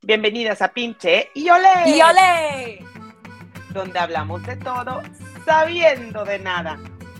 Bienvenidas a Pinche y Olé, ¡Y olé! donde hablamos de todo sabiendo de nada.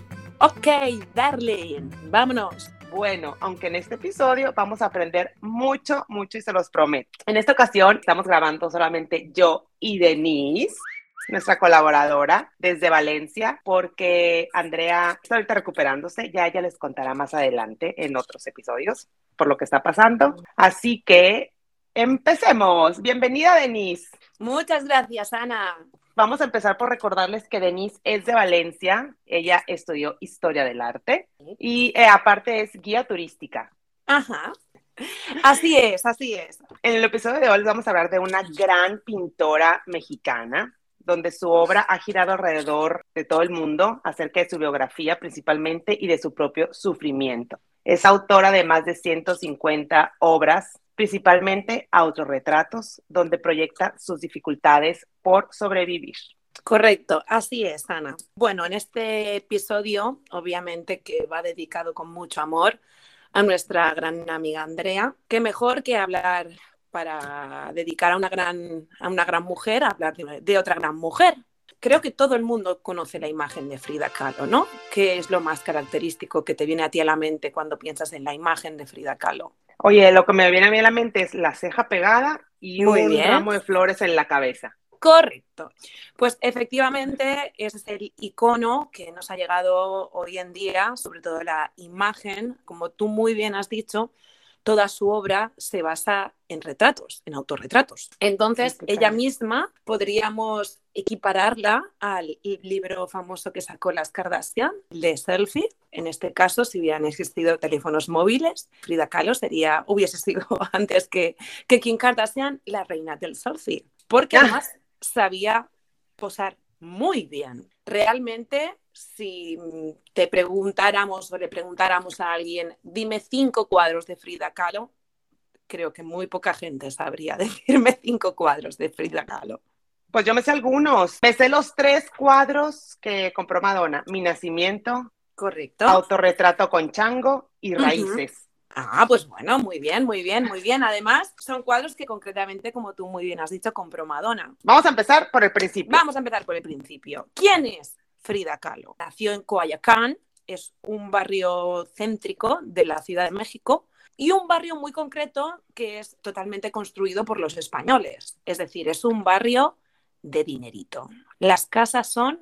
Ok, darling, vámonos. Bueno, aunque en este episodio vamos a aprender mucho y se los prometo. En esta ocasión estamos grabando solamente yo y Denise, nuestra colaboradora desde Valencia, porque Andrea está ahorita recuperándose, ya ella les contará más adelante en otros episodios por lo que está pasando. Así que empecemos. Bienvenida, Denise. Muchas gracias, Ana. Vamos a empezar por recordarles que Denise es de Valencia, ella estudió Historia del Arte y aparte es guía turística. Ajá, así es. En el episodio de hoy les vamos a hablar de una gran pintora mexicana, donde su obra ha girado alrededor de todo el mundo acerca de su biografía principalmente y de su propio sufrimiento. Es autora de más de 150 obras, principalmente autorretratos, donde proyecta sus dificultades por sobrevivir. Correcto, así es, Ana. Bueno, en este episodio, obviamente que va dedicado con mucho amor a nuestra gran amiga Andrea. Qué mejor que hablar para dedicar a una gran mujer, hablar de otra gran mujer. Creo que todo el mundo conoce la imagen de Frida Kahlo, ¿no? ¿Qué es lo más característico que te viene a ti a la mente cuando piensas en la imagen de Frida Kahlo? Oye, lo que me viene a mí a la mente es la ceja pegada y Muy un bien. ramo de flores en la cabeza. Correcto. Pues efectivamente es el icono que nos ha llegado hoy en día, sobre todo la imagen, como tú muy bien has dicho, toda su obra se basa en retratos, en autorretratos. Entonces, ella misma podríamos equipararla al libro famoso que sacó las Kardashian, de Selfie. En este caso, si hubieran existido teléfonos móviles, Frida Kahlo hubiese sido antes que Kim Kardashian la reina del selfie. Porque además sabía posar muy bien. Realmente, si te preguntáramos o le preguntáramos a alguien, dime 5 cuadros de Frida Kahlo, creo que muy poca gente sabría decirme 5 cuadros de Frida Kahlo. Pues yo me sé algunos. Me sé los 3 cuadros que compró Madonna. Mi nacimiento, Correcto. autorretrato con chango y raíces. Ah, pues bueno, muy bien. Además, son cuadros que concretamente, como tú muy bien has dicho, compró Madonna. Vamos a empezar por el principio. Vamos a empezar por el principio. ¿Quién es Frida Kahlo? Nació en Coyoacán, es un barrio céntrico de la Ciudad de México y un barrio muy concreto que es totalmente construido por los españoles. Es decir, es un barrio de dinerito. Las casas son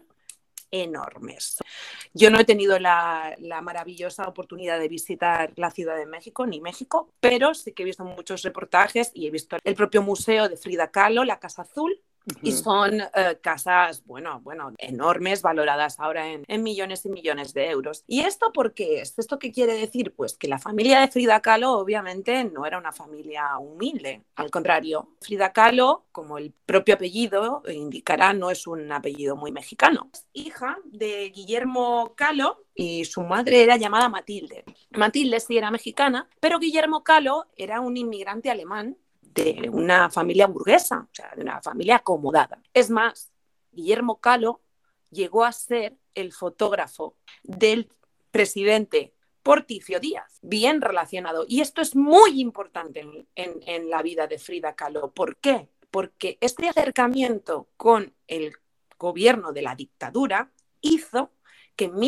enormes. Yo no he tenido la maravillosa oportunidad de visitar la Ciudad de México, ni México, pero sí que he visto muchos reportajes y he visto el propio museo de Frida Kahlo, la Casa Azul, y son casas, bueno, enormes, valoradas ahora en millones y millones de euros. ¿Y esto por qué es? ¿Esto qué quiere decir? Pues que la familia de Frida Kahlo obviamente no era una familia humilde. Al contrario, Frida Kahlo, como el propio apellido indicará, no es un apellido muy mexicano. Es hija de Guillermo Kahlo y su madre era llamada Matilde. Matilde sí era mexicana, pero Guillermo Kahlo era un inmigrante alemán de una familia burguesa, o sea, de una familia acomodada. Es más, Guillermo Kahlo llegó a ser el fotógrafo del presidente Porfirio Díaz, bien relacionado. Y esto es muy importante en la vida de Frida Kahlo. ¿Por qué? Porque este acercamiento con el gobierno de la dictadura hizo que en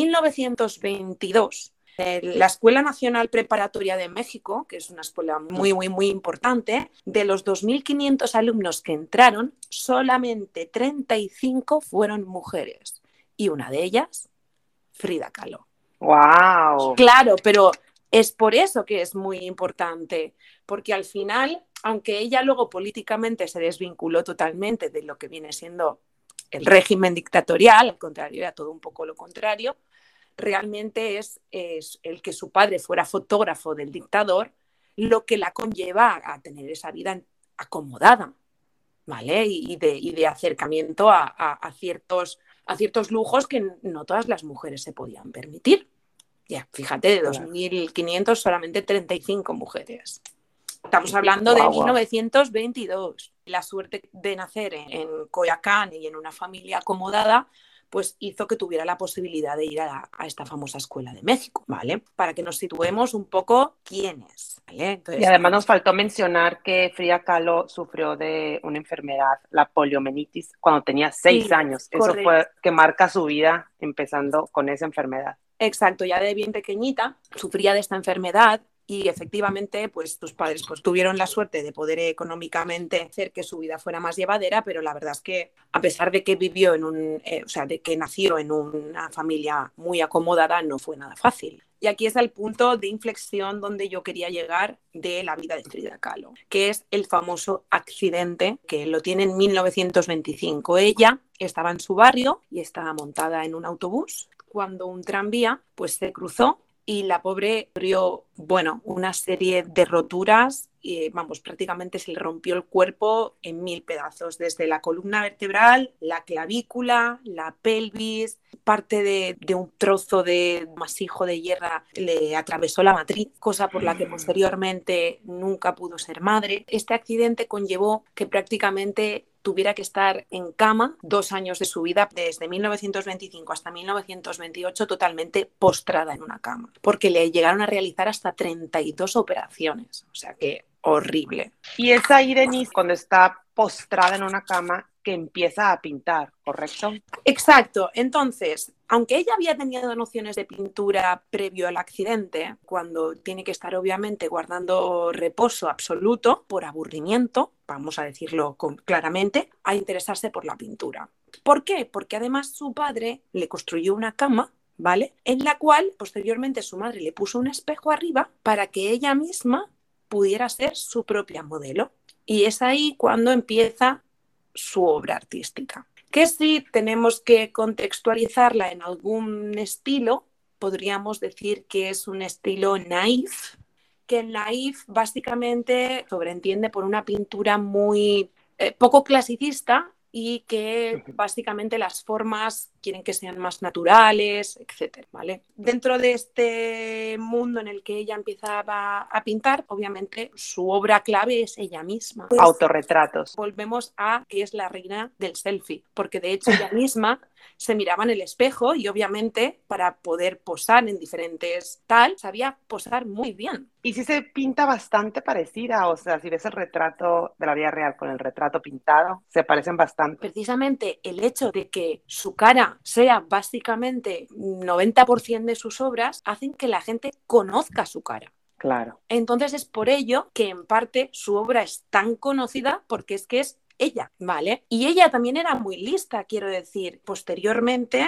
1922 la Escuela Nacional Preparatoria de México, que es una escuela muy importante, de los 2.500 alumnos que entraron, solamente 35 fueron mujeres. Y una de ellas, Frida Kahlo. ¡Wow! Claro, pero es por eso que es muy importante, porque al final, aunque ella luego políticamente se desvinculó totalmente de lo que viene siendo el régimen dictatorial, al contrario, era todo un poco lo contrario, realmente es el que su padre fuera fotógrafo del dictador lo que la conlleva a tener esa vida acomodada, ¿vale? Y de acercamiento a ciertos lujos que no todas las mujeres se podían permitir. Ya, fíjate, de 2.500 solamente 35 mujeres. Estamos hablando de 1922. La suerte de nacer en Coyoacán y en una familia acomodada pues hizo que tuviera la posibilidad de ir a esta famosa escuela de México, ¿vale? Para que nos situemos un poco quién es, ¿vale? Y Entonces, además nos faltó mencionar que Frida Kahlo sufrió de una enfermedad, la poliomielitis, cuando tenía 6 sí, años. Eso correcto. fue que marca su vida empezando con esa enfermedad. Exacto, ya de bien pequeñita sufría de esta enfermedad y efectivamente pues sus padres pues tuvieron la suerte de poder económicamente hacer que su vida fuera más llevadera, pero la verdad es que a pesar de que vivió o sea, de que nació en una familia muy acomodada, no fue nada fácil. Y aquí es el punto de inflexión donde yo quería llegar de la vida de Frida Kahlo, que es el famoso accidente que lo tiene en 1925. Ella estaba en su barrio y estaba montada en un autobús cuando un tranvía pues se cruzó y la pobre sufrió, bueno, una serie de roturas y, vamos, prácticamente se le rompió el cuerpo en 1000 pedazos, desde la columna vertebral, la clavícula, la pelvis, parte de un trozo de masijo de hierro le atravesó la matriz, cosa por la que posteriormente nunca pudo ser madre. Este accidente conllevó que prácticamente tuviera que estar en cama 2 años de su vida, desde 1925 hasta 1928, totalmente postrada en una cama, porque le llegaron a realizar hasta 32 operaciones, o sea que horrible. Y es ahí, Denise, cuando está postrada en una cama que empieza a pintar, ¿correcto? Exacto. Entonces, aunque ella había tenido nociones de pintura previo al accidente, cuando tiene que estar obviamente guardando reposo absoluto por aburrimiento, vamos a decirlo claramente, a interesarse por la pintura. ¿Por qué? Porque además su padre le construyó una cama, ¿vale? En la cual posteriormente su madre le puso un espejo arriba para que ella misma pudiera ser su propia modelo. Y es ahí cuando empieza su obra artística. Que si tenemos que contextualizarla en algún estilo, podríamos decir que es un estilo naif, que el naif básicamente sobreentiende por una pintura muy poco clasicista y que básicamente las formas quieren que sean más naturales, etcétera, ¿vale? Dentro de este mundo en el que ella empezaba a pintar, obviamente su obra clave es ella misma. Pues, autorretratos. Volvemos a que es la reina del selfie, porque de hecho ella misma se miraba en el espejo y obviamente para poder posar en diferentes tal, sabía posar muy bien. Y sí se pinta bastante parecida, o sea, si ves el retrato de la vida real con el retrato pintado, se parecen bastante. Precisamente el hecho de que su cara sea básicamente 90% de sus obras hacen que la gente conozca su cara. Claro. Entonces es por ello que en parte su obra es tan conocida porque es que es ella, ¿vale? Y ella también era muy lista, quiero decir. Posteriormente,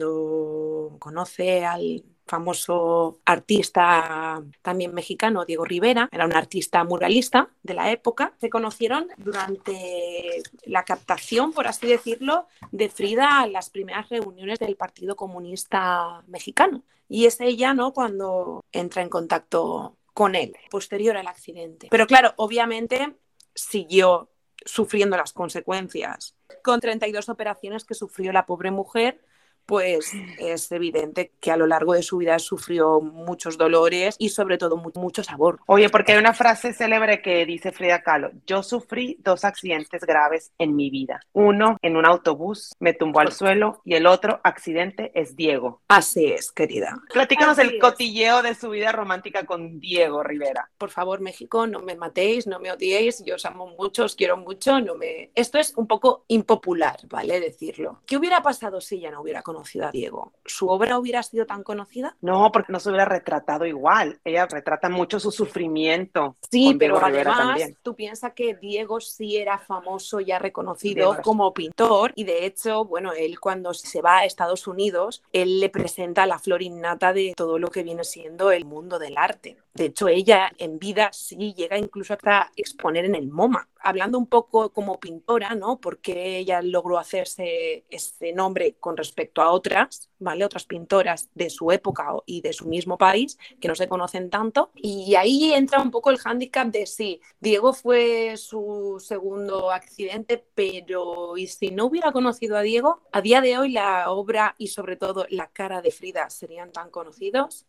cuando conoce al famoso artista también mexicano, Diego Rivera, era un artista muralista de la época, se conocieron durante la captación, por así decirlo, de Frida a las primeras reuniones del Partido Comunista Mexicano. Y es ella, ¿no?, cuando entra en contacto con él, posterior al accidente. Pero claro, obviamente siguió sufriendo las consecuencias. Con 32 operaciones que sufrió la pobre mujer, pues es evidente que a lo largo de su vida sufrió muchos dolores y sobre todo mucho sabor. Oye, porque hay una frase célebre que dice Frida Kahlo: yo sufrí 2 accidentes graves en mi vida. Uno en un autobús, me tumbó al suelo, y el otro accidente es Diego. Así es, querida. Platícanos Así el es. cotilleo de su vida romántica con Diego Rivera. Por favor, México, no me matéis, no me odiéis, yo os amo mucho, os quiero mucho, Esto es un poco impopular, ¿vale? Decirlo. ¿Qué hubiera pasado si ella no hubiera conocido a Diego? ¿Su obra hubiera sido tan conocida? No, porque no se hubiera retratado igual. Ella retrata mucho su sufrimiento. Sí, Con Diego pero Rivera además también. tú piensas que Diego sí era famoso, ya reconocido como pintor, y de hecho, bueno, él cuando se va a Estados Unidos, él le presenta la flor innata de todo lo que viene siendo el mundo del arte. De hecho, ella en vida sí llega incluso hasta exponer en el MoMA. Hablando un poco como pintora, ¿no? Porque ella logró hacerse ese nombre con respecto a otras, ¿vale? Otras pintoras de su época y de su mismo país, que no se conocen tanto. Y ahí entra un poco el hándicap de sí, Diego fue su segundo accidente, pero ¿y si no hubiera conocido a Diego? A día de hoy la obra y sobre todo la cara de Frida serían tan conocidos.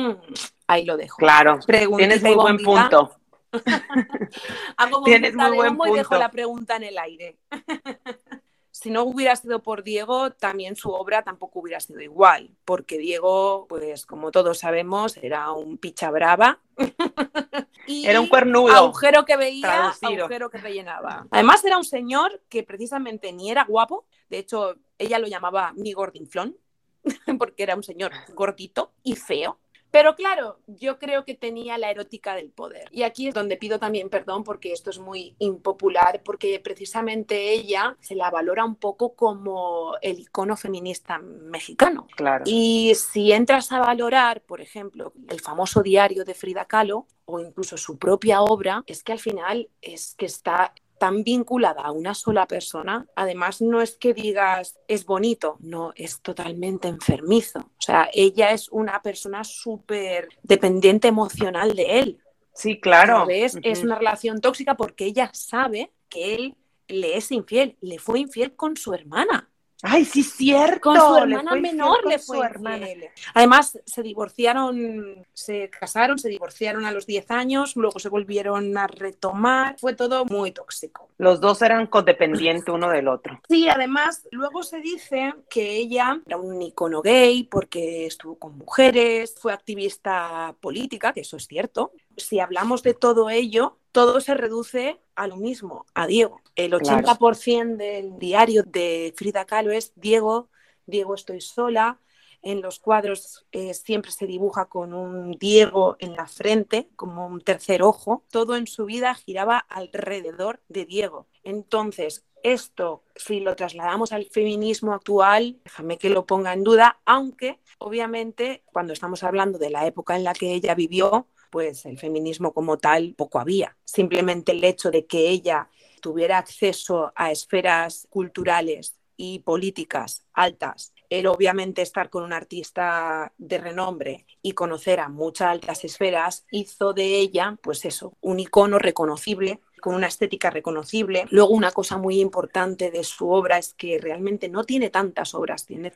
Ahí lo dejo. Claro, Preguntita tienes muy buen punto. Hago Tienes bombita muy de buen humo y dejo punto. la pregunta en el aire. si no hubiera sido por Diego, también su obra tampoco hubiera sido igual, porque Diego, pues como todos sabemos, era un picha brava. Y era un cuernudo. Agujero que veía, traducido. agujero que rellenaba. Además era un señor que precisamente ni era guapo, de hecho ella lo llamaba mi gordinflón, porque era un señor gordito y feo. Pero claro, yo creo que tenía la erótica del poder. Y aquí es donde pido también perdón porque esto es muy impopular, porque precisamente ella se la valora un poco como el icono feminista mexicano. Claro. Y si entras a valorar, por ejemplo, el famoso diario de Frida Kahlo o incluso su propia obra, es que al final es que está tan vinculada a una sola persona. Además, no es que digas es bonito, no, es totalmente enfermizo. O sea, ella es una persona súper dependiente emocional de él. Sí, claro. ¿Sabes? Es una relación tóxica porque ella sabe que él le es infiel, le fue infiel con su hermana. Ay, sí, cierto. Con su hermana menor le fue infiel. Además, se divorciaron, se casaron, se divorciaron a los 10 años, luego se volvieron a retomar. Fue todo muy tóxico. Los dos eran codependientes uno del otro. Sí, además, luego se dice que ella era un icono gay porque estuvo con mujeres, fue activista política, que eso es cierto. Si hablamos de todo ello, todo se reduce a lo mismo, a Diego. El 80% del diario de Frida Kahlo es Diego, Diego estoy sola. En los cuadros siempre se dibuja con un Diego en la frente, como un tercer ojo. Todo en su vida giraba alrededor de Diego. Entonces, esto, si lo trasladamos al feminismo actual, déjame que lo ponga en duda, aunque obviamente cuando estamos hablando de la época en la que ella vivió, pues el feminismo como tal poco había. Simplemente el hecho de que ella tuviera acceso a esferas culturales y políticas altas, el obviamente estar con un artista de renombre y conocer a muchas altas esferas, hizo de ella, pues eso, un icono reconocible, con una estética reconocible. Luego una cosa muy importante de su obra es que realmente no tiene tantas obras, tiene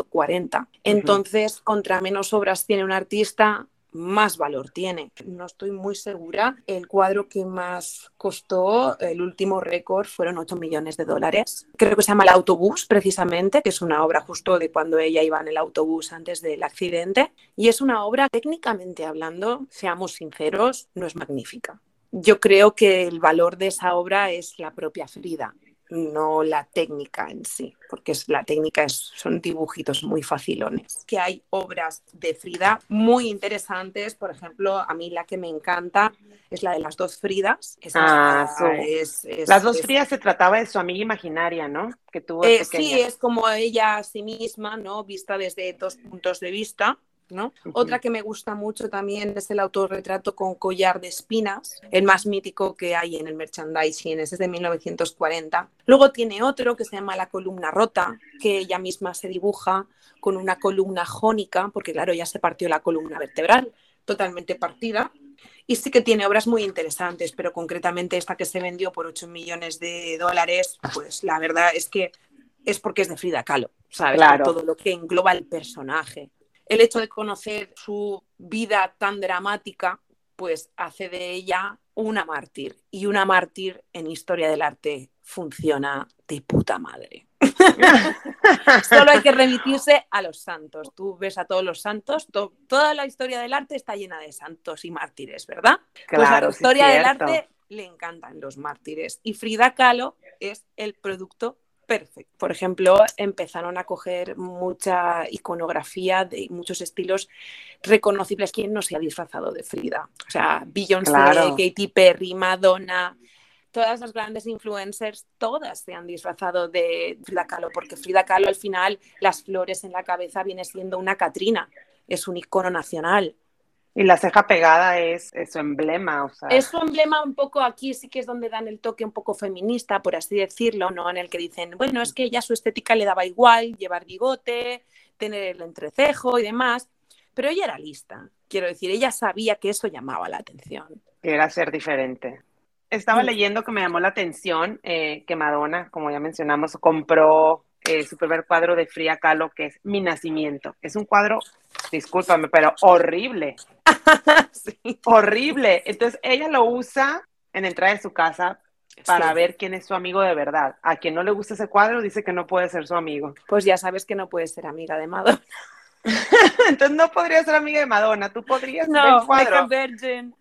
140. Entonces, contra menos obras tiene un artista, más valor tiene. No estoy muy segura. El cuadro que más costó, el último récord, fueron 8 millones de dólares. Creo que se llama El autobús, precisamente, que es una obra justo de cuando ella iba en el autobús antes del accidente. Y es una obra, técnicamente hablando, seamos sinceros, no es magnífica. Yo creo que el valor de esa obra es la propia Frida, no la técnica en sí, porque la técnica son dibujitos muy facilones. Que hay obras de Frida muy interesantes, por ejemplo, a mí la que me encanta es la de las dos Fridas. Las dos Fridas se trataba de su amiga imaginaria, ¿no? Que tuvo pequeña. Sí, es como ella a sí misma, ¿no? Vista desde dos puntos de vista. ¿No? Otra que me gusta mucho también es el autorretrato con collar de espinas, el más mítico que hay en el merchandising, ese es de 1940. Luego tiene otro que se llama La columna rota, que ella misma se dibuja con una columna jónica, porque claro, ya se partió la columna vertebral, totalmente partida. Y sí que tiene obras muy interesantes, pero concretamente esta que se vendió por 8 millones de dólares, pues la verdad es que es porque es de Frida Kahlo, ¿sabes? Claro. Por todo lo que engloba el personaje. El hecho de conocer su vida tan dramática, pues hace de ella una mártir. Y una mártir en historia del arte funciona de puta madre. Solo hay que remitirse a los santos. Tú ves a todos los santos, toda la historia del arte está llena de santos y mártires, ¿verdad? Claro, pues a la historia sí, del arte le encantan los mártires. Y Frida Kahlo es el producto perfecto. Por ejemplo, empezaron a coger mucha iconografía de muchos estilos reconocibles. ¿Quién no se ha disfrazado de Frida? O sea, Beyoncé, Katy Perry, Madonna, todas las grandes influencers, todas se han disfrazado de Frida Kahlo, porque Frida Kahlo al final, las flores en la cabeza viene siendo una Catrina, es un icono nacional. Y la ceja pegada es su emblema, o sea. Es su emblema un poco, aquí sí que es donde dan el toque un poco feminista, por así decirlo, ¿no? En el que dicen, bueno, es que ella su estética le daba igual, llevar bigote, tener el entrecejo y demás, pero ella era lista, quiero decir, ella sabía que eso llamaba la atención. Que era ser diferente. Estaba leyendo que me llamó la atención que Madonna, como ya mencionamos, compró su primer cuadro de Frida Kahlo, que es Mi Nacimiento. Es un cuadro, discúlpame, pero horrible. Sí. Horrible. Entonces ella lo usa en la entrada de su casa para Sí. ver quién es su amigo de verdad. A quien no le gusta ese cuadro dice que no puede ser su amigo. Pues ya sabes que no puedes ser amiga de Madonna. Entonces no podría ser amiga de Madonna. ¿Tú podrías ver el No, like a cuadro? virgin.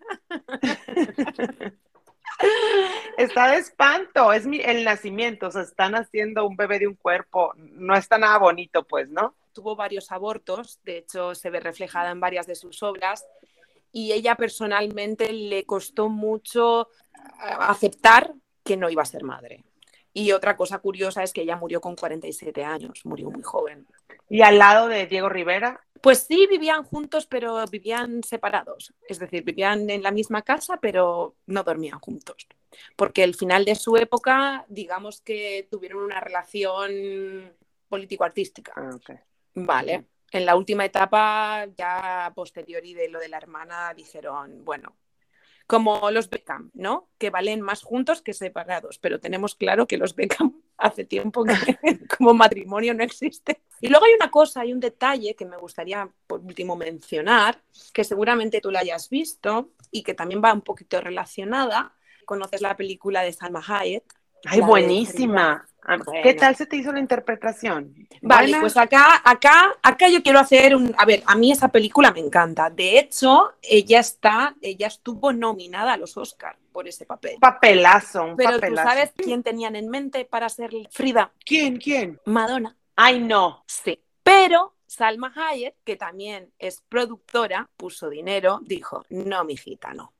Está de espanto. Es el nacimiento. O sea, están haciendo un bebé de un cuerpo. No está nada bonito, pues, ¿no? Tuvo varios abortos, de hecho se ve reflejada en varias de sus obras, y ella personalmente le costó mucho aceptar que no iba a ser madre. Y otra cosa curiosa es que ella murió con 47 años, murió muy joven. Y al lado de Diego Rivera. Pues sí, vivían juntos, pero vivían separados. Es decir, vivían en la misma casa, pero no dormían juntos. Porque el final de su época, digamos que tuvieron una relación político-artística. Ah, okay. Vale. En la última etapa, ya a posteriori de lo de la hermana, dijeron, bueno, como los Beckham, ¿no? Que valen más juntos que separados, pero tenemos claro que los Beckham hace tiempo que como matrimonio no existe. Y luego hay una cosa, hay un detalle que me gustaría por último mencionar, que seguramente tú la hayas visto y que también va un poquito relacionada. ¿Conoces la película de Salma Hayek? Ay, buenísima. Bueno. ¿Qué tal se te hizo la interpretación? Vale, ¿Buena? pues acá yo quiero hacer un... A ver, a mí esa película me encanta. De hecho, ella estuvo nominada a los Oscar por ese papel. Un papelazo. Pero ¿tú sabes quién tenían en mente para ser Frida? ¿Quién? Madonna. Ay, no. Sí. Pero Salma Hayek, que también es productora, puso dinero, dijo, no, mijita, no.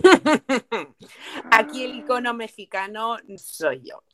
Aquí el icono mexicano soy yo.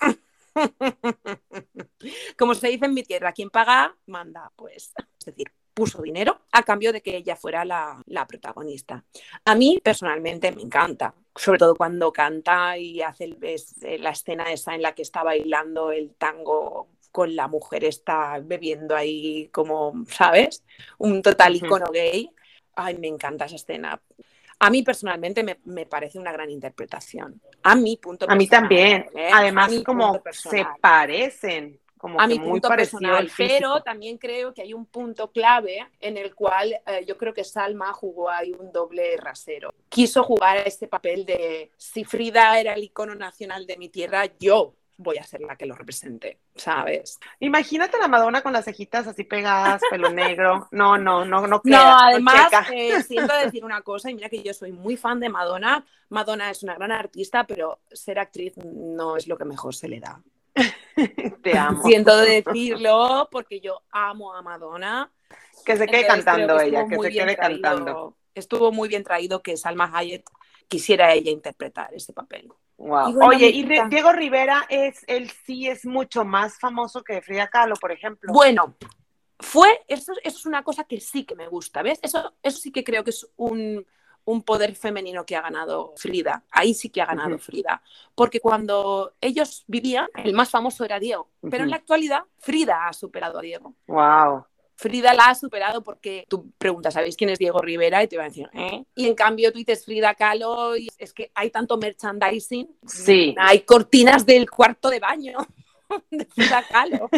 Como se dice en mi tierra, quien paga, manda, pues. Es decir, puso dinero a cambio de que ella fuera la protagonista. A mí, personalmente, me encanta. Sobre todo cuando canta y hace la escena esa en la que está bailando el tango con la mujer, está bebiendo ahí como, ¿sabes? Un total icono gay. Ay, me encanta esa escena. A mí personalmente me parece una gran interpretación. A mi punto personal. A mí también. Además, como se personal. parecen, como A que mi muy punto parecido personal, el físico. pero también creo que hay un punto clave en el cual yo creo que Salma jugó ahí un doble rasero. Quiso jugar a este papel de si Frida era el icono nacional de mi tierra, yo voy a ser la que lo represente, ¿sabes? Imagínate a la Madonna con las cejitas así pegadas, pelo negro. No No, queda. además, No siento decir una cosa, y mira que yo soy muy fan de Madonna. Madonna es una gran artista, pero ser actriz no es lo que mejor se le da. Te amo. Siento decirlo porque yo amo a Madonna. Que se quede cantando ella, que se quede traído, cantando. Estuvo muy bien traído que Salma Hayek quisiera ella interpretar ese papel. Wow. Y bueno, oye, y Diego Rivera él sí es mucho más famoso que Frida Kahlo, por ejemplo. Bueno, eso es una cosa que sí que me gusta, ¿ves? Eso sí que creo que es un poder femenino que ha ganado Frida. Ahí sí que ha ganado Frida. Porque cuando ellos vivían, el más famoso era Diego. Pero en la actualidad, Frida ha superado a Diego. Wow. Frida la ha superado porque tú preguntas, ¿sabéis quién es Diego Rivera? Y te van a decir, ¿eh? Y en cambio tú dices Frida Kahlo y es que hay tanto merchandising. Sí. Hay cortinas del cuarto de baño de Frida Kahlo.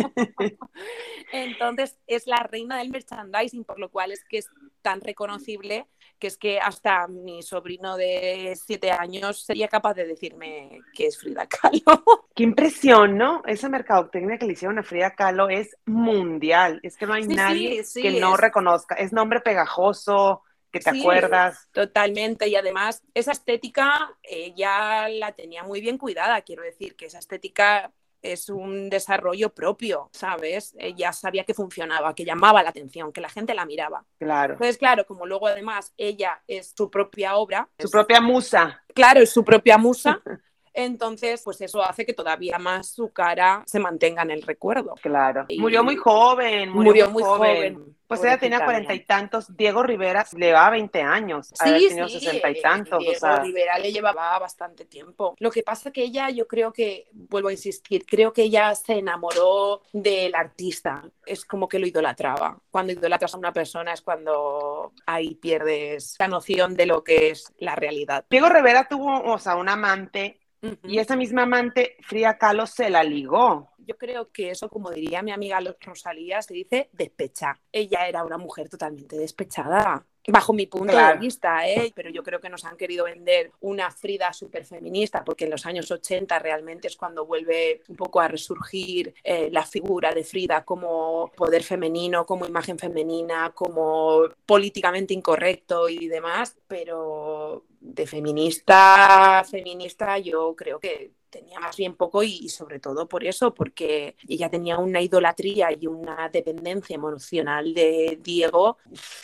Entonces es la reina del merchandising, por lo cual es que es tan reconocible que es que hasta mi sobrino de 7 años sería capaz de decirme que es Frida Kahlo. Qué impresión, ¿no? Esa mercadotecnia que le hicieron a Frida Kahlo es mundial. Es que no hay nadie que no reconozca. Es nombre pegajoso, que te acuerdas. Totalmente. Y además, esa estética ella la tenía muy bien cuidada. Quiero decir que esa estética es un desarrollo propio, ¿sabes? Ella sabía que funcionaba, que llamaba la atención, que la gente la miraba. Claro. Entonces, claro, como luego además ella es su propia obra. Su propia musa. Claro, es su propia musa. Entonces, pues eso hace que todavía más su cara se mantenga en el recuerdo. Claro. Murió muy joven. Murió muy joven. Pues ella tenía 40 y tantos. Diego Rivera le llevaba 20 años. Sí, tenido 60 y tantos. Diego Rivera le llevaba bastante tiempo. Lo que pasa que ella, yo creo que, vuelvo a insistir, creo que ella se enamoró del artista. Es como que lo idolatraba. Cuando idolatras a una persona es cuando ahí pierdes la noción de lo que es la realidad. Diego Rivera tuvo, un amante. Y esa misma amante, Frida Kahlo, se la ligó. yo creo que eso, como diría mi amiga Rosalía, se dice despechar. Ella era una mujer totalmente despechada. Bajo mi punto de vista, pero yo creo que nos han querido vender una Frida súper feminista, porque en los años 80 realmente es cuando vuelve un poco a resurgir la figura de Frida como poder femenino, como imagen femenina, como políticamente incorrecto y demás, pero de feminista yo creo que tenía más bien poco y sobre todo por eso, porque ella tenía una idolatría y una dependencia emocional de Diego.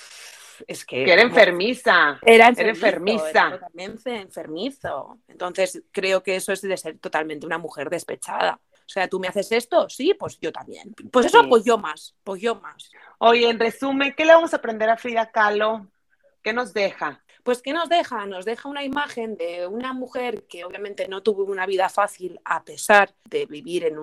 Es que era enfermiza. Era totalmente enfermizo. Entonces creo que eso es de ser totalmente una mujer despechada. O sea, ¿tú me haces esto? Sí, pues yo también. Pues eso, sí. pues yo más. Oye, en resumen, ¿qué le vamos a aprender a Frida Kahlo? ¿Qué nos deja? Pues ¿qué nos deja? Nos deja una imagen de una mujer que obviamente no tuvo una vida fácil a pesar de vivir en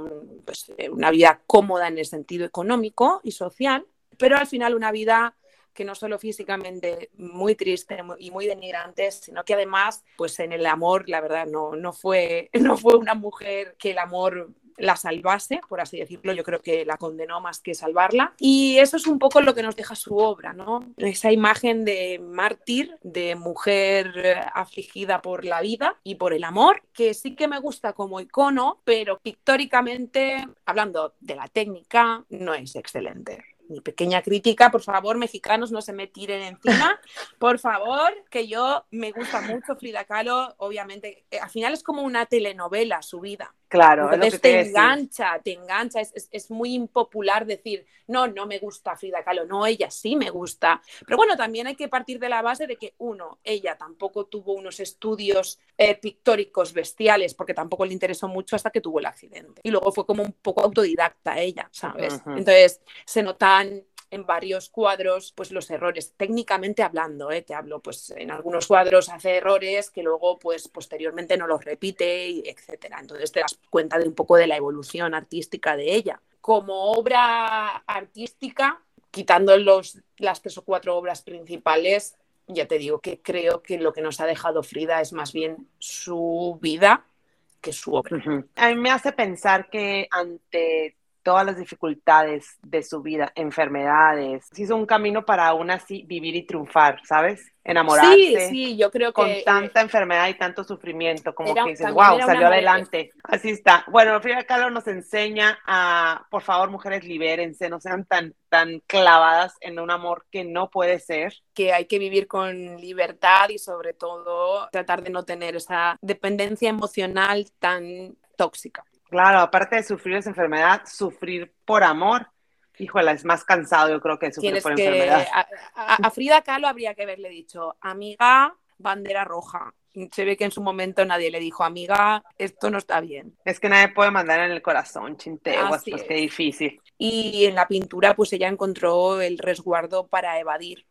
una vida cómoda en el sentido económico y social, pero al final una vida que no solo físicamente muy triste y muy denigrante, sino que además, pues en el amor, la verdad, no fue una mujer que el amor la salvase, por así decirlo. Yo creo que la condenó más que salvarla. Y eso es un poco lo que nos deja su obra, ¿no? Esa imagen de mártir, de mujer afligida por la vida y por el amor, que sí que me gusta como icono, pero pictóricamente, hablando de la técnica, no es excelente. Mi pequeña crítica, por favor, mexicanos, no se me tiren encima, por favor, que yo me gusta mucho Frida Kahlo, obviamente, al final es como una telenovela su vida. Claro, entonces te engancha, es muy impopular decir, no me gusta Frida Kahlo, no, ella sí me gusta, pero bueno, también hay que partir de la base de que ella tampoco tuvo unos estudios pictóricos bestiales, porque tampoco le interesó mucho hasta que tuvo el accidente, y luego fue como un poco autodidacta ella, ¿sabes? Uh-huh. Entonces se notan en varios cuadros, pues los errores, técnicamente hablando, te hablo, pues en algunos cuadros hace errores que luego, pues posteriormente no los repite, etcétera. Entonces te das cuenta de un poco de la evolución artística de ella. Como obra artística, quitando las 3 o 4 obras principales, ya te digo que creo que lo que nos ha dejado Frida es más bien su vida que su obra. Uh-huh. A mí me hace pensar que ante todas las dificultades de su vida, enfermedades, hizo un camino para aún así vivir y triunfar, ¿sabes? Enamorarse. Sí, yo creo que... Con tanta enfermedad y tanto sufrimiento, como que dices, wow, salió adelante. Así está. Bueno, Frida Kahlo nos enseña a, por favor, mujeres, libérense, no sean tan clavadas en un amor que no puede ser. Que hay que vivir con libertad y sobre todo tratar de no tener esa dependencia emocional tan tóxica. Claro, aparte de sufrir esa enfermedad, sufrir por amor, híjole, es más cansado yo creo que sufrir por enfermedad. A Frida Kahlo habría que haberle dicho, amiga, bandera roja. Se ve que en su momento nadie le dijo, amiga, esto no está bien. Es que nadie puede mandar en el corazón, chinteguas, pues qué difícil. Y en la pintura, pues ella encontró el resguardo para evadir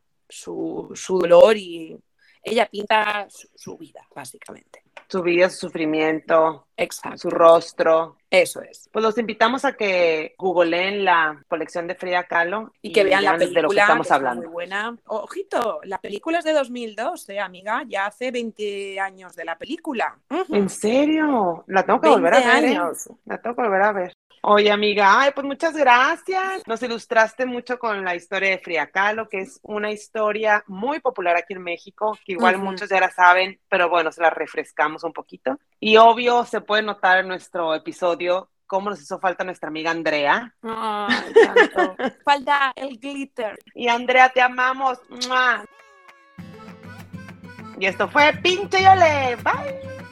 su dolor y ella pinta su vida, básicamente. Su vida, su sufrimiento, exacto, su rostro. Eso es. Pues los invitamos a que googleen la colección de Frida Kahlo y que vean la película, de lo que estamos hablando. Muy buena. Ojito, la película es de 2002, amiga, ya hace 20 años de la película. Uh-huh. ¿En serio? La tengo que volver a ver. La tengo que volver a ver. Oye, amiga, pues muchas gracias. Nos ilustraste mucho con la historia de Frida Kahlo, que es una historia muy popular aquí en México, que igual muchos ya la saben, pero bueno, se la refrescamos un poquito. Y obvio, se puede notar en nuestro episodio cómo nos hizo falta nuestra amiga Andrea. Ay, tanto. Falta el glitter. Y Andrea, te amamos. ¡Mua! Y esto fue Pinche Yole. Bye.